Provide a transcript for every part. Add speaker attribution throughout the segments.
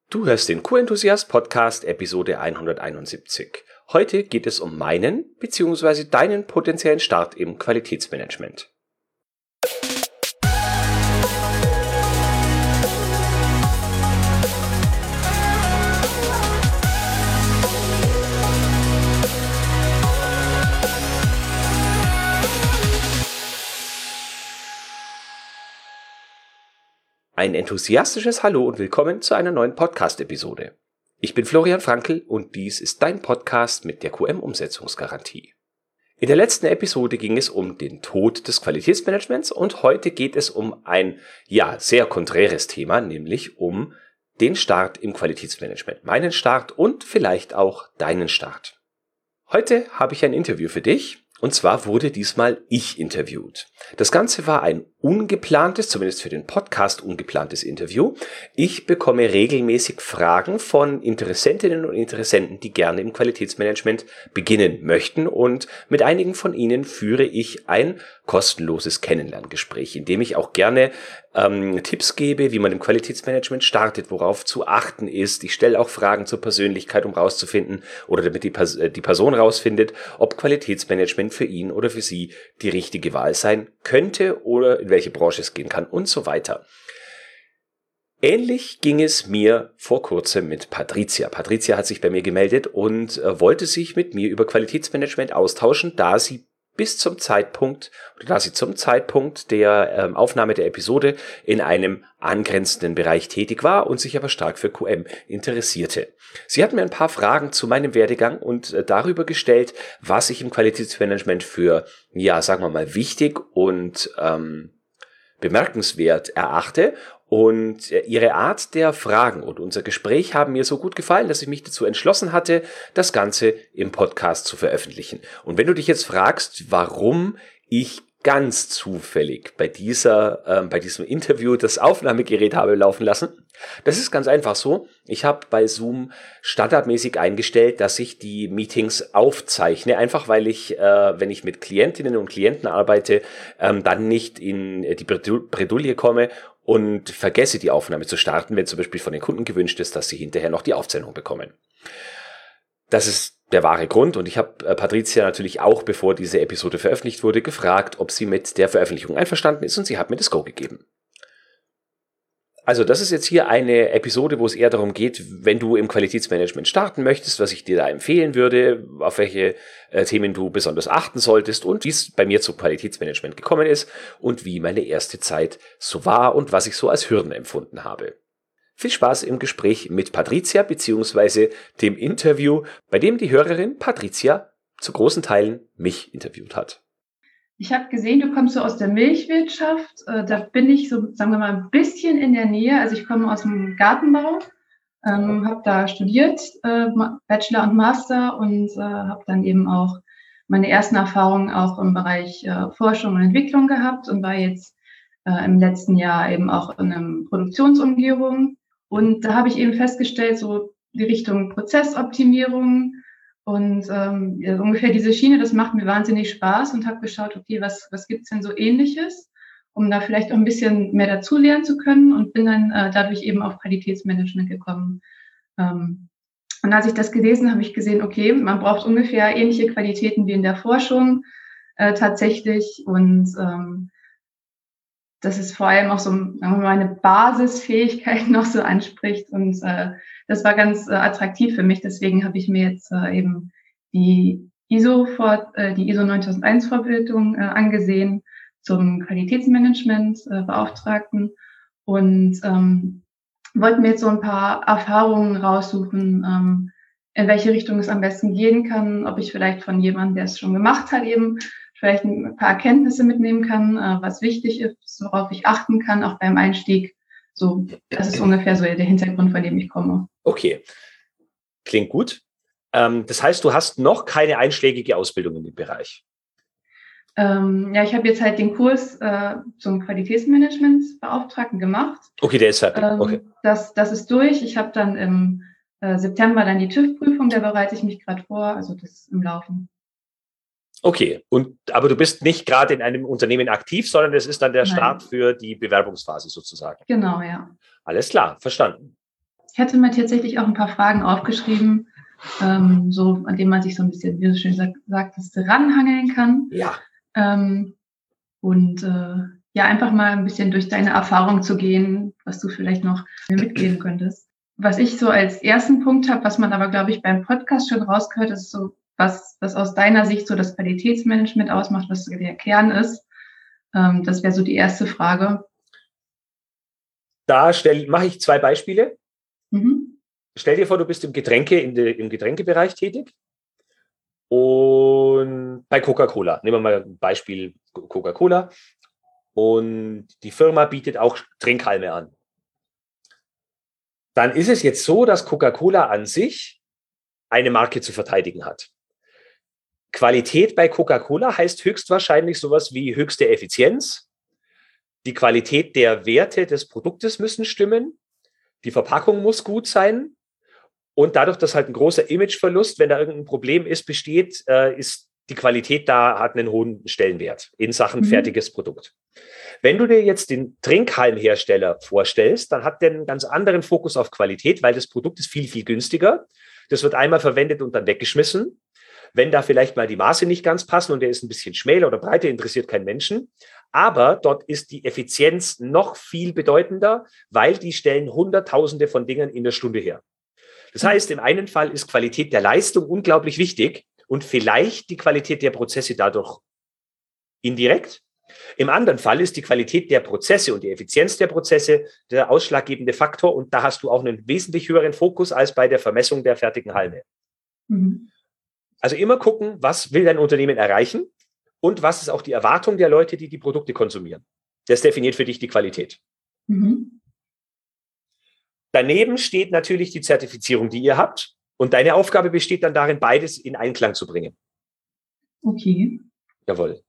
Speaker 1: Du hörst den Q-Enthusiast Podcast Episode 171. Heute geht es um meinen bzw. deinen potenziellen Start im Qualitätsmanagement. Ein enthusiastisches Hallo und willkommen zu einer neuen Podcast-Episode. Ich bin Florian Frankl und dies ist dein Podcast mit der QM-Umsetzungsgarantie. In der letzten Episode ging es um den Tod des Qualitätsmanagements und heute geht es um ein, sehr konträres Thema, nämlich um den Start im Qualitätsmanagement. Meinen Start und vielleicht auch deinen Start. Heute habe ich ein Interview für dich. Und zwar wurde diesmal ich interviewt. Das Ganze war ein ungeplantes, zumindest für den Podcast ungeplantes Interview. Ich bekomme regelmäßig Fragen von Interessentinnen und Interessenten, die gerne im Qualitätsmanagement beginnen möchten. Und mit einigen von ihnen führe ich ein kostenloses Kennenlerngespräch, in dem ich auch gerne Tipps gebe, wie man im Qualitätsmanagement startet, worauf zu achten ist. Ich stelle auch Fragen zur Persönlichkeit, um rauszufinden oder damit die Person rausfindet, ob Qualitätsmanagement für ihn oder für sie die richtige Wahl sein könnte oder in welche Branche es gehen kann und so weiter. Ähnlich ging es mir vor kurzem mit Patricia. Patricia hat sich bei mir gemeldet und wollte sich mit mir über Qualitätsmanagement austauschen, da sie zum Zeitpunkt der Aufnahme der Episode in einem angrenzenden Bereich tätig war und sich aber stark für QM interessierte. Sie hat mir ein paar Fragen zu meinem Werdegang und darüber gestellt, was ich im Qualitätsmanagement für, wichtig und bemerkenswert erachte. Und ihre Art der Fragen und unser Gespräch haben mir so gut gefallen, dass ich mich dazu entschlossen hatte, das Ganze im Podcast zu veröffentlichen. Und wenn du dich jetzt fragst, warum ich ganz zufällig bei diesem Interview das Aufnahmegerät habe laufen lassen, das ist ganz einfach so. Ich habe bei Zoom standardmäßig eingestellt, dass ich die Meetings aufzeichne, einfach weil ich, wenn ich mit Klientinnen und Klienten arbeite, dann nicht in die Bredouille komme und vergesse, die Aufnahme zu starten, wenn zum Beispiel von den Kunden gewünscht ist, dass sie hinterher noch die Aufzeichnung bekommen. Das ist der wahre Grund und ich habe Patricia natürlich auch, bevor diese Episode veröffentlicht wurde, gefragt, ob sie mit der Veröffentlichung einverstanden ist und sie hat mir das Go gegeben. Also das ist jetzt hier eine Episode, wo es eher darum geht, wenn du im Qualitätsmanagement starten möchtest, was ich dir da empfehlen würde, auf welche Themen du besonders achten solltest und wie es bei mir zum Qualitätsmanagement gekommen ist und wie meine erste Zeit so war und was ich so als Hürden empfunden habe. Viel Spaß im Gespräch mit Patricia bzw. dem Interview, bei dem die Hörerin Patricia zu großen Teilen mich interviewt hat.
Speaker 2: Ich habe gesehen, du kommst so aus der Milchwirtschaft. Da bin ich so, sagen wir mal, ein bisschen in der Nähe. Also ich komme aus dem Gartenbau, habe da studiert, Bachelor und Master und habe dann eben auch meine ersten Erfahrungen auch im Bereich Forschung und Entwicklung gehabt und war jetzt im letzten Jahr eben auch in einer Produktionsumgebung. Und da habe ich eben festgestellt, so die Richtung Prozessoptimierung und ungefähr diese Schiene, das macht mir wahnsinnig Spaß und habe geschaut, okay, was gibt's denn so Ähnliches, um da vielleicht auch ein bisschen mehr dazu lernen zu können und bin dann dadurch eben auf Qualitätsmanagement gekommen. Und als ich das gelesen habe, habe ich gesehen, okay, man braucht ungefähr ähnliche Qualitäten wie in der Forschung tatsächlich und das ist vor allem auch so, sagen wir mal, eine Basisfähigkeit noch so anspricht und das war ganz attraktiv für mich. Deswegen habe ich mir jetzt eben die ISO 9001 Vorbildung angesehen zum Qualitätsmanagement Beauftragten und wollten mir jetzt so ein paar Erfahrungen raussuchen, in welche Richtung es am besten gehen kann, ob ich vielleicht von jemandem, der es schon gemacht hat, eben vielleicht ein paar Erkenntnisse mitnehmen kann, was wichtig ist, worauf ich achten kann, auch beim Einstieg. So, das ist ungefähr so der Hintergrund, von dem ich komme.
Speaker 1: Okay, klingt gut. Das heißt, du hast noch keine einschlägige Ausbildung in dem Bereich?
Speaker 2: Ich habe jetzt halt den Kurs zum Qualitätsmanagementbeauftragten gemacht.
Speaker 1: Okay, der ist fertig. Okay.
Speaker 2: Das ist durch. Ich habe dann im September dann die TÜV-Prüfung, da bereite ich mich gerade vor, also das ist im Laufen.
Speaker 1: Okay, aber du bist nicht gerade in einem Unternehmen aktiv, sondern es ist dann der Start für die Bewerbungsphase sozusagen.
Speaker 2: Genau, ja.
Speaker 1: Alles klar, verstanden.
Speaker 2: Ich hatte mir tatsächlich auch ein paar Fragen aufgeschrieben, so, an denen man sich so ein bisschen, wie du schön sagtest, ranhangeln kann.
Speaker 1: Ja.
Speaker 2: Und ja, einfach mal ein bisschen durch deine Erfahrung zu gehen, was du vielleicht noch mitgeben könntest. Was ich so als ersten Punkt habe, was man aber, glaube ich, beim Podcast schon rausgehört, ist so, was aus deiner Sicht so das Qualitätsmanagement ausmacht, was so der Kern ist. Das wäre so die erste Frage.
Speaker 1: Da mache ich 2 Beispiele.
Speaker 2: Mhm.
Speaker 1: Stell dir vor, du bist im Getränkebereich tätig und bei Coca-Cola. Nehmen wir mal ein Beispiel Coca-Cola. Und die Firma bietet auch Trinkhalme an. Dann ist es jetzt so, dass Coca-Cola an sich eine Marke zu verteidigen hat. Qualität bei Coca-Cola heißt höchstwahrscheinlich sowas wie höchste Effizienz. Die Qualität der Werte des Produktes müssen stimmen. Die Verpackung muss gut sein. Und dadurch, dass halt ein großer Imageverlust, wenn da irgendein Problem besteht, ist die Qualität da, hat einen hohen Stellenwert in Sachen fertiges Produkt. Wenn du dir jetzt den Trinkhalmhersteller vorstellst, dann hat der einen ganz anderen Fokus auf Qualität, weil das Produkt ist viel, viel günstiger. Das wird einmal verwendet und dann weggeschmissen. Wenn da vielleicht mal die Maße nicht ganz passen und der ist ein bisschen schmäler oder breiter, interessiert keinen Menschen. Aber dort ist die Effizienz noch viel bedeutender, weil die stellen Hunderttausende von Dingen in der Stunde her. Das heißt, im einen Fall ist Qualität der Leistung unglaublich wichtig und vielleicht die Qualität der Prozesse dadurch indirekt. Im anderen Fall ist die Qualität der Prozesse und die Effizienz der Prozesse der ausschlaggebende Faktor und da hast du auch einen wesentlich höheren Fokus als bei der Vermessung der fertigen Halme. Mhm. Also immer gucken, was will dein Unternehmen erreichen und was ist auch die Erwartung der Leute, die die Produkte konsumieren. Das definiert für dich die Qualität. Mhm. Daneben steht natürlich die Zertifizierung, die ihr habt und deine Aufgabe besteht dann darin, beides in Einklang zu bringen.
Speaker 2: Okay.
Speaker 1: Jawohl.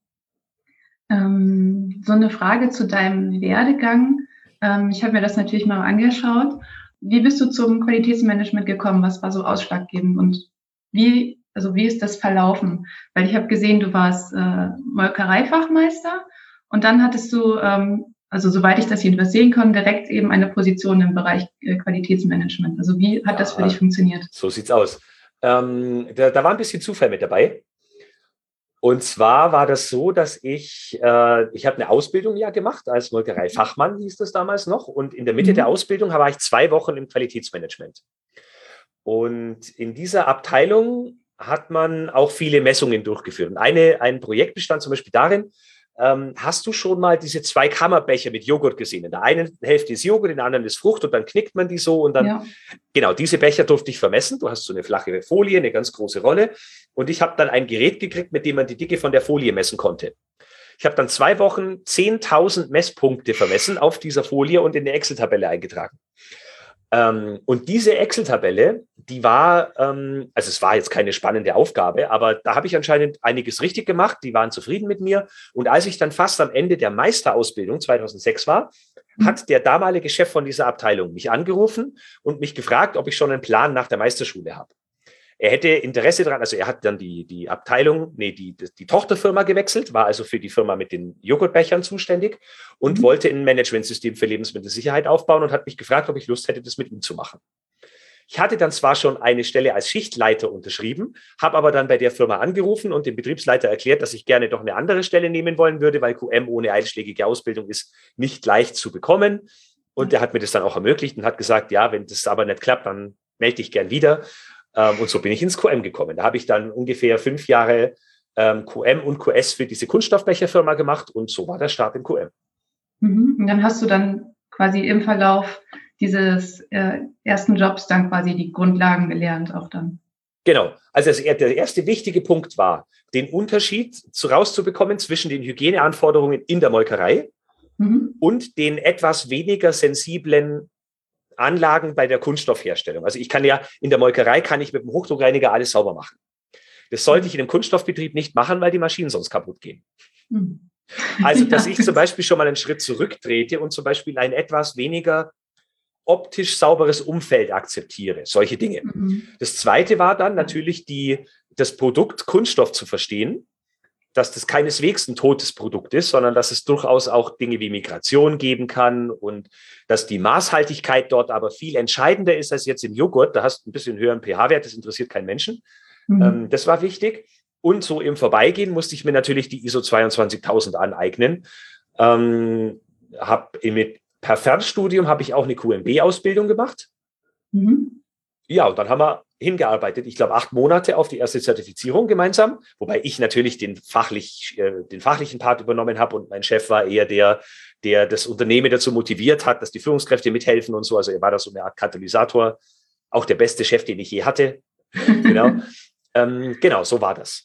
Speaker 2: So eine Frage zu deinem Werdegang. Ich habe mir das natürlich mal angeschaut. Wie bist du zum Qualitätsmanagement gekommen? Was war so ausschlaggebend und wie ist das verlaufen? Weil ich habe gesehen, du warst Molkereifachmeister und dann hattest du, soweit ich das jedenfalls sehen kann, direkt eben eine Position im Bereich Qualitätsmanagement. Also wie hat das für dich funktioniert?
Speaker 1: So sieht's aus. Da war ein bisschen Zufall mit dabei. Und zwar war das so, dass ich habe eine Ausbildung ja gemacht als Molkereifachmann, hieß das damals noch. Und in der Mitte der Ausbildung war ich 2 Wochen im Qualitätsmanagement. Und in dieser Abteilung hat man auch viele Messungen durchgeführt. Und ein Projekt bestand zum Beispiel darin, hast du schon mal diese 2 Kammerbecher mit Joghurt gesehen? In der einen Hälfte ist Joghurt, in der anderen ist Frucht und dann knickt man die so und dann, genau, diese Becher durfte ich vermessen. Du hast so eine flache Folie, eine ganz große Rolle und ich habe dann ein Gerät gekriegt, mit dem man die Dicke von der Folie messen konnte. Ich habe dann 2 Wochen 10.000 Messpunkte vermessen auf dieser Folie und in eine Excel-Tabelle eingetragen. Und diese Excel-Tabelle, die war, also es war jetzt keine spannende Aufgabe, aber da habe ich anscheinend einiges richtig gemacht. Die waren zufrieden mit mir. Und als ich dann fast am Ende der Meisterausbildung 2006 war, hat der damalige Chef von dieser Abteilung mich angerufen und mich gefragt, ob ich schon einen Plan nach der Meisterschule habe. Er hätte Interesse daran, also er hat dann die Abteilung, die Tochterfirma gewechselt, war also für die Firma mit den Joghurtbechern zuständig und wollte ein Managementsystem für Lebensmittelsicherheit aufbauen und hat mich gefragt, ob ich Lust hätte, das mit ihm zu machen. Ich hatte dann zwar schon eine Stelle als Schichtleiter unterschrieben, habe aber dann bei der Firma angerufen und dem Betriebsleiter erklärt, dass ich gerne doch eine andere Stelle nehmen wollen würde, weil QM ohne einschlägige Ausbildung ist nicht leicht zu bekommen. Und der hat mir das dann auch ermöglicht und hat gesagt, ja, wenn das aber nicht klappt, dann melde dich gern wieder. Und so bin ich ins QM gekommen. Da habe ich dann ungefähr 5 Jahre QM und QS für diese Kunststoffbecherfirma gemacht und so war der Start im QM.
Speaker 2: Und dann hast du dann quasi im Verlauf dieses ersten Jobs dann quasi die Grundlagen gelernt auch dann.
Speaker 1: Genau. Also der erste wichtige Punkt war, den Unterschied rauszubekommen zwischen den Hygieneanforderungen in der Molkerei und den etwas weniger sensiblen Anlagen bei der Kunststoffherstellung. Also ich kann ja in der Molkerei mit dem Hochdruckreiniger alles sauber machen. Das sollte ich in einem Kunststoffbetrieb nicht machen, weil die Maschinen sonst kaputt gehen. Also, dass ich zum Beispiel schon mal einen Schritt zurücktrete und zum Beispiel ein etwas weniger optisch sauberes Umfeld akzeptiere. Solche Dinge. Das Zweite war dann natürlich das Produkt Kunststoff zu verstehen dass das keineswegs ein totes Produkt ist, sondern dass es durchaus auch Dinge wie Migration geben kann und dass die Maßhaltigkeit dort aber viel entscheidender ist als jetzt im Joghurt. Da hast du ein bisschen höheren pH-Wert, das interessiert keinen Menschen. Das war wichtig. Und so im Vorbeigehen musste ich mir natürlich die ISO 22000 aneignen. Per Fernstudium habe ich auch eine QMB-Ausbildung gemacht. Ja, und dann haben wir hingearbeitet, ich glaube 8 Monate auf die erste Zertifizierung gemeinsam, wobei ich natürlich den fachlichen Part übernommen habe und mein Chef war eher der das Unternehmen dazu motiviert hat, dass die Führungskräfte mithelfen und so. Also er war da so eine Art Katalysator, auch der beste Chef, den ich je hatte. Genau. Genau, so war das.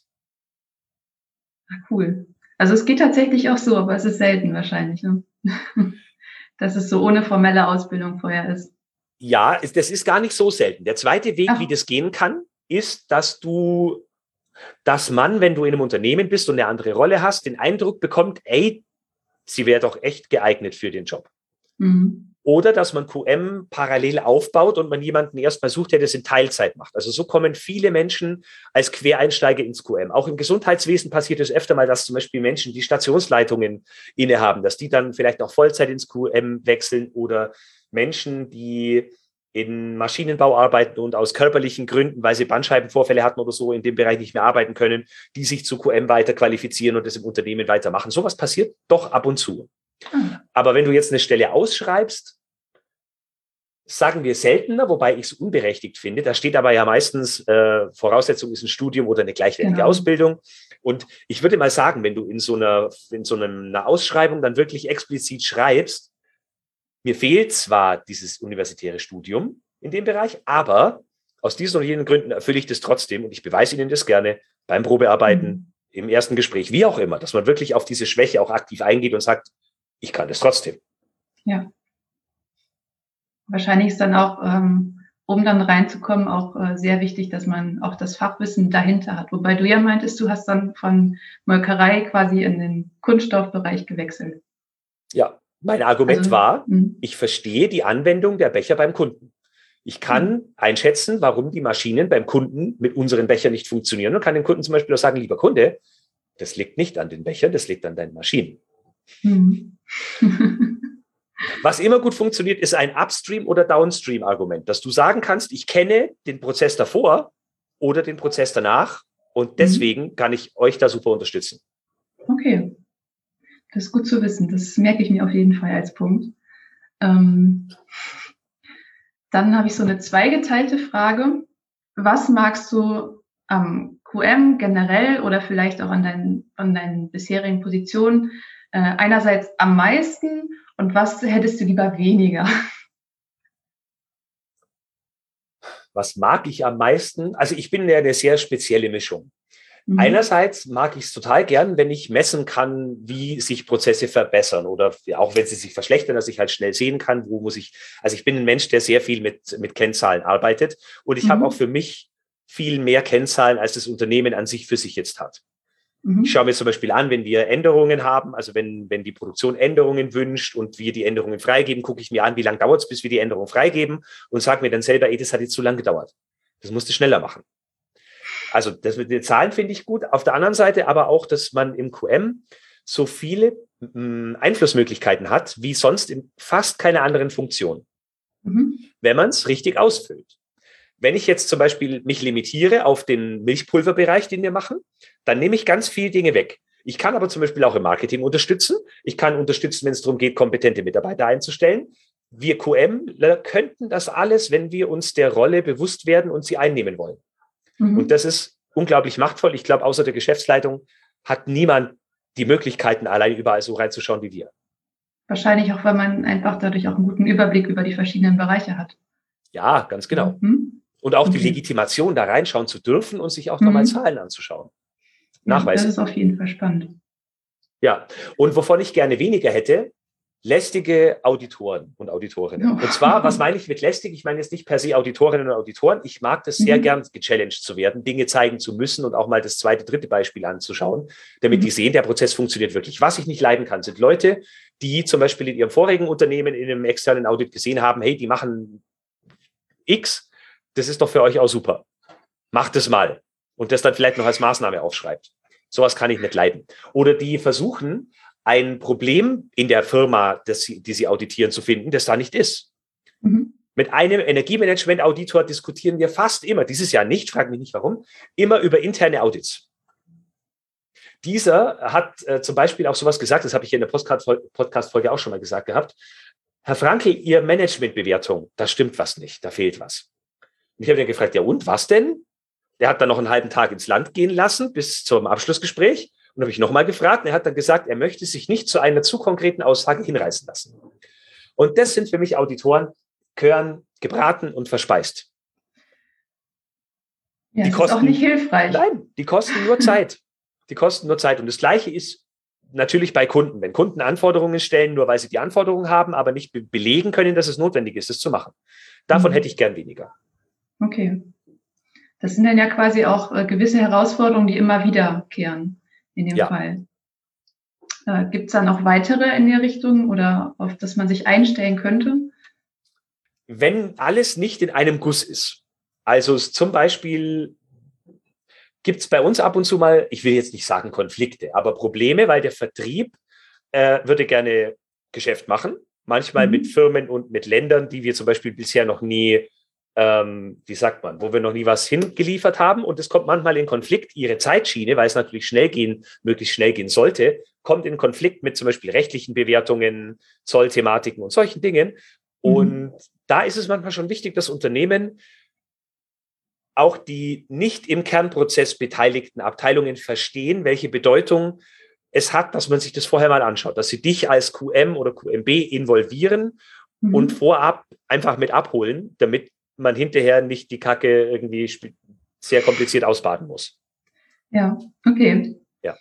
Speaker 2: Cool. Also es geht tatsächlich auch so, aber es ist selten wahrscheinlich, ne? Dass es so ohne formelle Ausbildung vorher ist.
Speaker 1: Ja, das ist gar nicht so selten. Der zweite Weg, wie das gehen kann, ist, dass man, wenn du in einem Unternehmen bist und eine andere Rolle hast, den Eindruck bekommt, ey, sie wäre doch echt geeignet für den Job. Oder dass man QM parallel aufbaut und man jemanden erstmal sucht, der das in Teilzeit macht. Also so kommen viele Menschen als Quereinsteiger ins QM. Auch im Gesundheitswesen passiert es öfter mal, dass zum Beispiel Menschen, die Stationsleitungen innehaben, dass die dann vielleicht auch Vollzeit ins QM wechseln oder Menschen, die in Maschinenbau arbeiten und aus körperlichen Gründen, weil sie Bandscheibenvorfälle hatten oder so, in dem Bereich nicht mehr arbeiten können, die sich zu QM weiter qualifizieren und das im Unternehmen weitermachen. Sowas passiert doch ab und zu. Aber wenn du jetzt eine Stelle ausschreibst, sagen wir seltener, wobei ich es unberechtigt finde. Da steht aber ja meistens, Voraussetzung ist ein Studium oder eine gleichwertige Ausbildung. Und ich würde mal sagen, wenn du in so einer Ausschreibung dann wirklich explizit schreibst, mir fehlt zwar dieses universitäre Studium in dem Bereich, aber aus diesen oder jenen Gründen erfülle ich das trotzdem und ich beweise Ihnen das gerne beim Probearbeiten, im ersten Gespräch, wie auch immer, dass man wirklich auf diese Schwäche auch aktiv eingeht und sagt, ich kann das trotzdem.
Speaker 2: Ja. Wahrscheinlich ist dann auch, um dann reinzukommen, auch sehr wichtig, dass man auch das Fachwissen dahinter hat. Wobei du ja meintest, du hast dann von Molkerei quasi in den Kunststoffbereich gewechselt.
Speaker 1: Ja, mein Argument war, ich verstehe die Anwendung der Becher beim Kunden. Ich kann einschätzen, warum die Maschinen beim Kunden mit unseren Bechern nicht funktionieren und kann dem Kunden zum Beispiel auch sagen, lieber Kunde, das liegt nicht an den Bechern, das liegt an deinen Maschinen. Was immer gut funktioniert, ist ein Upstream- oder Downstream-Argument, dass du sagen kannst, ich kenne den Prozess davor oder den Prozess danach und deswegen kann ich euch da super unterstützen.
Speaker 2: Okay, das ist gut zu wissen. Das merke ich mir auf jeden Fall als Punkt. Dann habe ich so eine zweigeteilte Frage. Was magst du am QM generell oder vielleicht auch an deinen bisherigen Positionen einerseits am meisten und was hättest du lieber weniger?
Speaker 1: Was mag ich am meisten? Also ich bin ja eine sehr spezielle Mischung. Einerseits mag ich es total gern, wenn ich messen kann, wie sich Prozesse verbessern oder auch wenn sie sich verschlechtern, dass ich halt schnell sehen kann, also ich bin ein Mensch, der sehr viel mit Kennzahlen arbeitet und ich habe auch für mich viel mehr Kennzahlen, als das Unternehmen an sich für sich jetzt hat. Ich schaue mir zum Beispiel an, wenn wir Änderungen haben, also wenn die Produktion Änderungen wünscht und wir die Änderungen freigeben, gucke ich mir an, wie lange dauert es, bis wir die Änderung freigeben und sage mir dann selber, das hat jetzt zu lang gedauert. Das musst du schneller machen. Also das mit den Zahlen finde ich gut. Auf der anderen Seite aber auch, dass man im QM so viele Einflussmöglichkeiten hat, wie sonst in fast keiner anderen Funktion, wenn man es richtig ausfüllt. Wenn ich jetzt zum Beispiel mich limitiere auf den Milchpulverbereich, den wir machen, dann nehme ich ganz viele Dinge weg. Ich kann aber zum Beispiel auch im Marketing unterstützen. Ich kann unterstützen, wenn es darum geht, kompetente Mitarbeiter einzustellen. Wir QM könnten das alles, wenn wir uns der Rolle bewusst werden und sie einnehmen wollen. Und das ist unglaublich machtvoll. Ich glaube, außer der Geschäftsleitung hat niemand die Möglichkeiten, allein überall so reinzuschauen wie wir.
Speaker 2: Wahrscheinlich auch, weil man einfach dadurch auch einen guten Überblick über die verschiedenen Bereiche hat.
Speaker 1: Ja, ganz genau. Und auch die Legitimation, da reinschauen zu dürfen und sich auch nochmal Zahlen anzuschauen. Nachweise.
Speaker 2: Das ist auf jeden Fall spannend.
Speaker 1: Ja, und wovon ich gerne weniger hätte, lästige Auditoren und Auditorinnen. Und zwar, was meine ich mit lästig? Ich meine jetzt nicht per se Auditorinnen und Auditoren. Ich mag das sehr gern, gechallenged zu werden, Dinge zeigen zu müssen und auch mal das zweite, dritte Beispiel anzuschauen, damit die sehen, der Prozess funktioniert wirklich. Was ich nicht leiden kann, sind Leute, die zum Beispiel in ihrem vorigen Unternehmen in einem externen Audit gesehen haben, hey, die machen X, das ist doch für euch auch super. Macht es mal. Und das dann vielleicht noch als Maßnahme aufschreibt. Sowas kann ich nicht leiden. Oder die versuchen, ein Problem in der Firma, die sie auditieren, zu finden, das da nicht ist. Mhm. Mit einem Energiemanagement-Auditor diskutieren wir fast immer, dieses Jahr nicht, frag mich nicht warum, immer über interne Audits. Dieser hat zum Beispiel auch sowas gesagt, das habe ich hier in der Podcast-Folge auch schon mal gesagt gehabt. Herr Franke, Ihr Managementbewertung, da stimmt was nicht, da fehlt was. Und ich habe ihn gefragt, ja und, was denn? Der hat dann noch einen halben Tag ins Land gehen lassen bis zum Abschlussgespräch. Und habe ich nochmal gefragt. Und er hat dann gesagt, er möchte sich nicht zu einer zu konkreten Aussage hinreißen lassen. Und das sind für mich Auditoren, gehören gebraten und verspeist.
Speaker 2: Ja, die kosten, ist auch nicht hilfreich.
Speaker 1: Nein, die kosten nur Zeit. Die kosten nur Zeit. Und das Gleiche ist natürlich bei Kunden. Wenn Kunden Anforderungen stellen, nur weil sie die Anforderungen haben, aber nicht belegen können, dass es notwendig ist, es zu machen. Davon hätte ich gern weniger.
Speaker 2: Okay. Das sind dann ja quasi auch gewisse Herausforderungen, die immer wiederkehren in dem Fall. Gibt es da noch weitere in der Richtung oder auf das man sich einstellen könnte?
Speaker 1: Wenn alles nicht in einem Guss ist, also zum Beispiel gibt es bei uns ab und zu mal, ich will jetzt nicht sagen Konflikte, aber Probleme, weil der Vertrieb würde gerne Geschäft machen, manchmal mit Firmen und mit Ländern, die wir zum Beispiel bisher noch nie wie sagt man, wo wir noch nie was hingeliefert haben und es kommt manchmal in Konflikt, ihre Zeitschiene, weil es natürlich möglichst schnell gehen sollte, kommt in Konflikt mit zum Beispiel rechtlichen Bewertungen, Zollthematiken und solchen Dingen. Und da ist es manchmal schon wichtig, dass Unternehmen auch die nicht im Kernprozess beteiligten Abteilungen verstehen, welche Bedeutung es hat, dass man sich das vorher mal anschaut, dass sie dich als QM oder QMB involvieren und vorab einfach mit abholen, damit man hinterher nicht die Kacke irgendwie sehr kompliziert ausbaden muss.
Speaker 2: Ja, okay.
Speaker 1: Ja.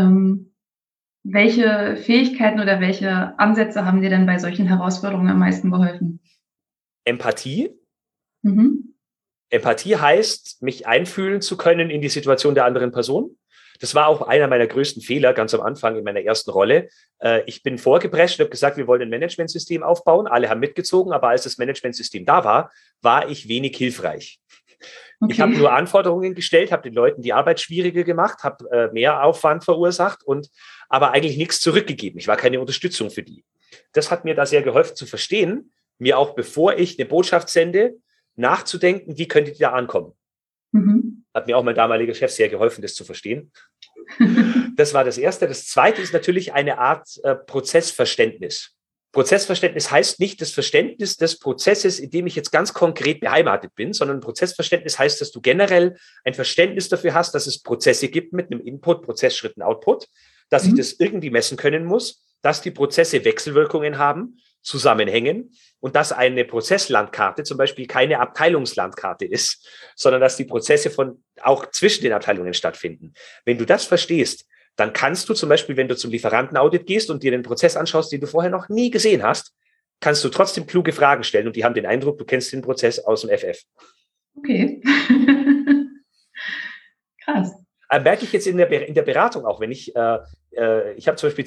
Speaker 2: Welche Fähigkeiten oder welche Ansätze haben dir denn bei solchen Herausforderungen am meisten geholfen?
Speaker 1: Empathie. Empathie heißt, mich einfühlen zu können in die Situation der anderen Person. Das war auch einer meiner größten Fehler ganz am Anfang in meiner ersten Rolle. Ich bin vorgeprescht und habe gesagt, wir wollen ein Managementsystem aufbauen. Alle haben mitgezogen, aber als das Managementsystem da war, war ich wenig hilfreich. Okay. Ich habe nur Anforderungen gestellt, habe den Leuten die Arbeit schwieriger gemacht, habe mehr Aufwand verursacht aber eigentlich nichts zurückgegeben. Ich war keine Unterstützung für die. Das hat mir da sehr geholfen zu verstehen, mir auch bevor ich eine Botschaft sende, nachzudenken, wie könnte die da ankommen. Hat mir auch mein damaliger Chef sehr geholfen, das zu verstehen. Das war das Erste. Das Zweite ist natürlich eine Art Prozessverständnis. Prozessverständnis heißt nicht das Verständnis des Prozesses, in dem ich jetzt ganz konkret beheimatet bin, sondern Prozessverständnis heißt, dass du generell ein Verständnis dafür hast, dass es Prozesse gibt mit einem Input, Prozessschritt und Output, dass ich das irgendwie messen können muss, dass die Prozesse Wechselwirkungen haben, zusammenhängen und dass eine Prozesslandkarte zum Beispiel keine Abteilungslandkarte ist, sondern dass die Prozesse auch zwischen den Abteilungen stattfinden. Wenn du das verstehst, dann kannst du zum Beispiel, wenn du zum Lieferantenaudit gehst und dir den Prozess anschaust, den du vorher noch nie gesehen hast, kannst du trotzdem kluge Fragen stellen und die haben den Eindruck, du kennst den Prozess aus dem FF.
Speaker 2: Okay. Krass.
Speaker 1: Merke ich jetzt in der Beratung auch, wenn ich habe zum Beispiel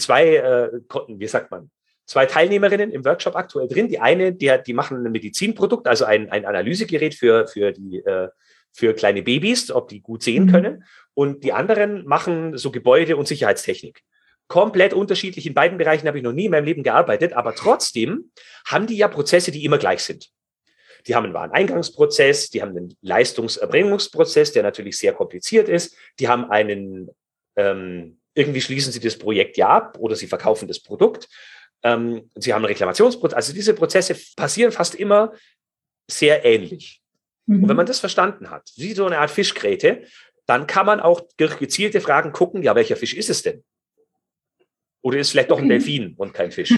Speaker 1: zwei Teilnehmerinnen im Workshop aktuell drin. Die eine, die machen ein Medizinprodukt, also ein Analysegerät für kleine Babys, ob die gut sehen können. Und die anderen machen so Gebäude- und Sicherheitstechnik. Komplett unterschiedlich. In beiden Bereichen habe ich noch nie in meinem Leben gearbeitet, aber trotzdem haben die ja Prozesse, die immer gleich sind. Die haben einen Wareneingangsprozess, die haben einen Leistungserbringungsprozess, der natürlich sehr kompliziert ist. Die haben einen, irgendwie schließen sie das Projekt ja ab oder sie verkaufen das Produkt. Sie haben einen Reklamationsprozess. Also diese Prozesse passieren fast immer sehr ähnlich. Und wenn man das verstanden hat, wie so eine Art Fischgräte, dann kann man auch durch gezielte Fragen gucken, ja, welcher Fisch ist es denn? Oder ist es vielleicht doch ein Delfin und kein Fisch?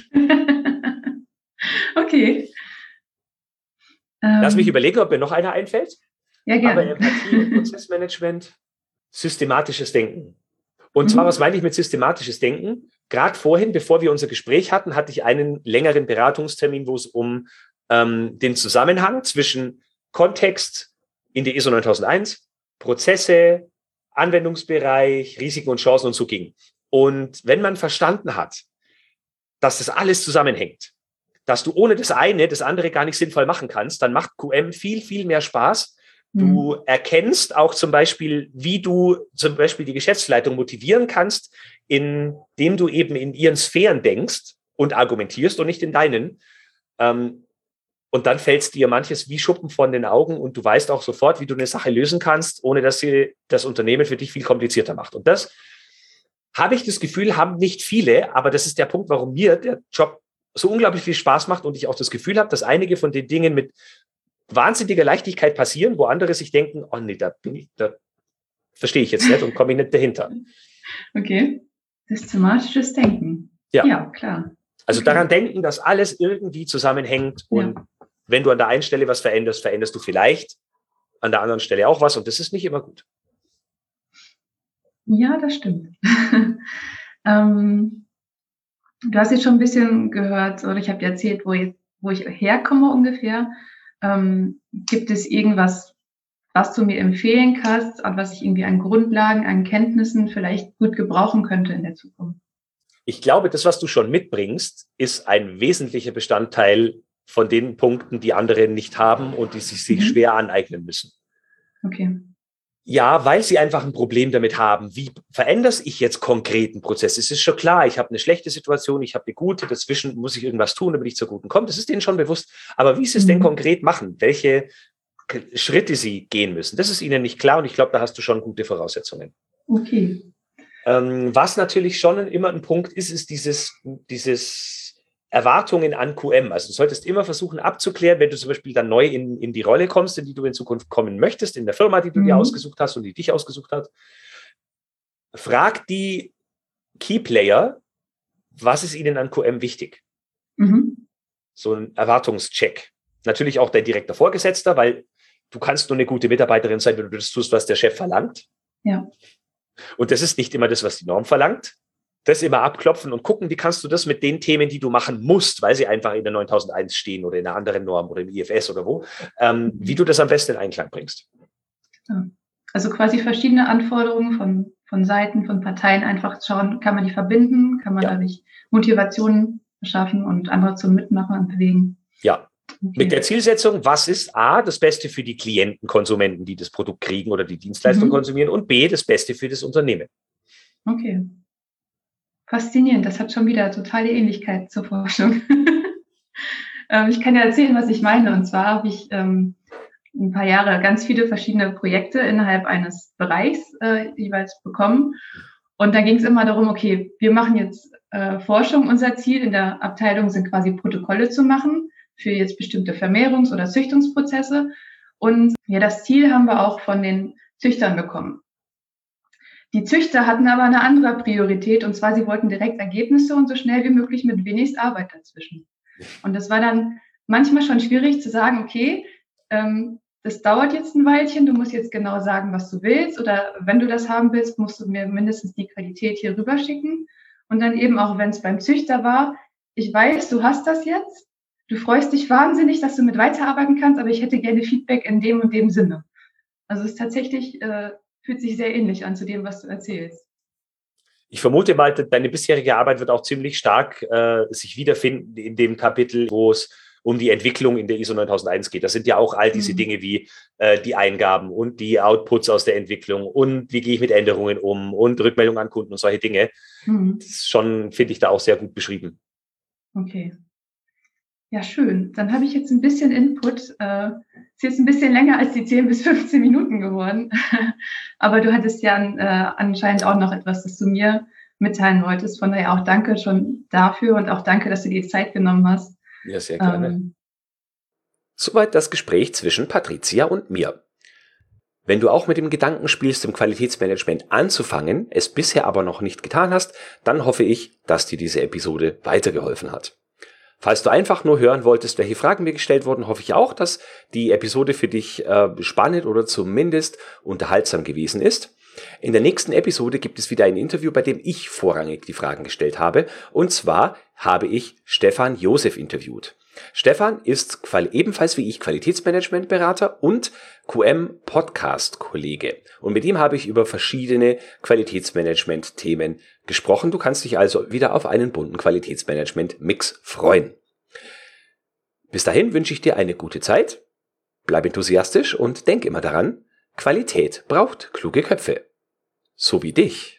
Speaker 2: Okay.
Speaker 1: Lass mich überlegen, ob mir noch einer einfällt.
Speaker 2: Ja, gerne.
Speaker 1: Aber Empathie und Prozessmanagement, systematisches Denken. Und zwar, was meine ich mit systematisches Denken? Gerade vorhin, bevor wir unser Gespräch hatten, hatte ich einen längeren Beratungstermin, wo es um den Zusammenhang zwischen Kontext in der ISO 9001, Prozesse, Anwendungsbereich, Risiken und Chancen und so ging. Und wenn man verstanden hat, dass das alles zusammenhängt, dass du ohne das eine das andere gar nicht sinnvoll machen kannst, dann macht QM viel, viel mehr Spaß, Du erkennst auch zum Beispiel, wie du zum Beispiel die Geschäftsleitung motivieren kannst, indem du eben in ihren Sphären denkst und argumentierst und nicht in deinen. Und dann fällt es dir manches wie Schuppen von den Augen und du weißt auch sofort, wie du eine Sache lösen kannst, ohne dass sie das Unternehmen für dich viel komplizierter macht. Und das habe ich das Gefühl, haben nicht viele, aber das ist der Punkt, warum mir der Job so unglaublich viel Spaß macht und ich auch das Gefühl habe, dass einige von den Dingen mit wahnsinniger Leichtigkeit passieren, wo andere sich denken, oh nee, da verstehe ich jetzt nicht und komme ich nicht dahinter.
Speaker 2: Okay, systematisches Denken. Ja, klar.
Speaker 1: Also daran denken, dass alles irgendwie zusammenhängt und wenn du an der einen Stelle was veränderst, veränderst du vielleicht an der anderen Stelle auch was und das ist nicht immer gut.
Speaker 2: Ja, das stimmt. Du hast jetzt schon ein bisschen gehört, oder ich habe dir erzählt, wo ich herkomme ungefähr. Gibt es irgendwas, was du mir empfehlen kannst, was ich irgendwie an Grundlagen, an Kenntnissen vielleicht gut gebrauchen könnte in der Zukunft?
Speaker 1: Ich glaube, das, was du schon mitbringst, ist ein wesentlicher Bestandteil von den Punkten, die andere nicht haben und die sich schwer aneignen müssen.
Speaker 2: Okay.
Speaker 1: Ja, weil sie einfach ein Problem damit haben. Wie verändere ich jetzt konkret einen Prozess? Es ist schon klar, ich habe eine schlechte Situation, ich habe eine gute, dazwischen muss ich irgendwas tun, damit ich zur guten komme. Das ist denen schon bewusst. Aber wie sie es denn konkret machen, welche Schritte sie gehen müssen, das ist ihnen nicht klar und ich glaube, da hast du schon gute Voraussetzungen.
Speaker 2: Okay.
Speaker 1: Was natürlich schon immer ein Punkt ist, ist dieses Erwartungen an QM. Also du solltest immer versuchen abzuklären, wenn du zum Beispiel dann neu in die Rolle kommst, in die du in Zukunft kommen möchtest, in der Firma, die du dir ausgesucht hast und die dich ausgesucht hat. Frag die Keyplayer, was ist ihnen an QM wichtig? So ein Erwartungscheck. Natürlich auch dein direkter Vorgesetzter, weil du kannst nur eine gute Mitarbeiterin sein, wenn du das tust, was der Chef verlangt.
Speaker 2: Ja.
Speaker 1: Und das ist nicht immer das, was die Norm verlangt. Das immer abklopfen und gucken, wie kannst du das mit den Themen, die du machen musst, weil sie einfach in der 9001 stehen oder in einer anderen Norm oder im IFS oder wo, wie du das am besten in Einklang bringst.
Speaker 2: Also quasi verschiedene Anforderungen von Seiten, von Parteien einfach schauen, kann man die verbinden, kann man dadurch Motivationen schaffen und andere zum Mitmachen und bewegen.
Speaker 1: Ja. Okay. Mit der Zielsetzung, was ist A, das Beste für die Klienten, Konsumenten, die das Produkt kriegen oder die Dienstleistung konsumieren und B, das Beste für das Unternehmen.
Speaker 2: Okay. Faszinierend, das hat schon wieder totale Ähnlichkeit zur Forschung. Ich kann ja erzählen, was ich meine. Und zwar habe ich ein paar Jahre ganz viele verschiedene Projekte innerhalb eines Bereichs jeweils bekommen. Und da ging es immer darum, okay, wir machen jetzt Forschung. Unser Ziel in der Abteilung sind quasi Protokolle zu machen für jetzt bestimmte Vermehrungs- oder Züchtungsprozesse. Und ja, das Ziel haben wir auch von den Züchtern bekommen. Die Züchter hatten aber eine andere Priorität, und zwar sie wollten direkt Ergebnisse und so schnell wie möglich mit wenigst Arbeit dazwischen. Und das war dann manchmal schon schwierig zu sagen, okay, das dauert jetzt ein Weilchen, du musst jetzt genau sagen, was du willst, oder wenn du das haben willst, musst du mir mindestens die Qualität hier rüber schicken. Und dann eben auch, wenn es beim Züchter war, ich weiß, du hast das jetzt, du freust dich wahnsinnig, dass du mit weiterarbeiten kannst, aber ich hätte gerne Feedback in dem und dem Sinne. Also es ist tatsächlich fühlt sich sehr ähnlich an zu dem, was du erzählst.
Speaker 1: Ich vermute mal, deine bisherige Arbeit wird auch ziemlich stark sich wiederfinden in dem Kapitel, wo es um die Entwicklung in der ISO 9001 geht. Das sind ja auch all diese Dinge wie die Eingaben und die Outputs aus der Entwicklung und wie gehe ich mit Änderungen um und Rückmeldung an Kunden und solche Dinge. Das ist schon, finde ich, da auch sehr gut beschrieben.
Speaker 2: Okay. Ja, schön. Dann habe ich jetzt ein bisschen Input. Ist jetzt ein bisschen länger als die 10 bis 15 Minuten geworden. Aber du hattest ja anscheinend auch noch etwas, das du mir mitteilen wolltest. Von daher auch danke schon dafür und auch danke, dass du dir die Zeit genommen hast.
Speaker 1: Ja, sehr gerne. Soweit das Gespräch zwischen Patricia und mir. Wenn du auch mit dem Gedanken spielst, im Qualitätsmanagement anzufangen, es bisher aber noch nicht getan hast, dann hoffe ich, dass dir diese Episode weitergeholfen hat. Falls du einfach nur hören wolltest, welche Fragen mir gestellt wurden, hoffe ich auch, dass die Episode für dich spannend oder zumindest unterhaltsam gewesen ist. In der nächsten Episode gibt es wieder ein Interview, bei dem ich vorrangig die Fragen gestellt habe. Und zwar habe ich Stefan Josef interviewt. Stefan ist ebenfalls wie ich Qualitätsmanagementberater und QM-Podcast-Kollege. Und mit ihm habe ich über verschiedene Qualitätsmanagement-Themen gesprochen. Du kannst dich also wieder auf einen bunten Qualitätsmanagement-Mix freuen. Bis dahin wünsche ich dir eine gute Zeit. Bleib enthusiastisch und denk immer daran, Qualität braucht kluge Köpfe. So wie dich.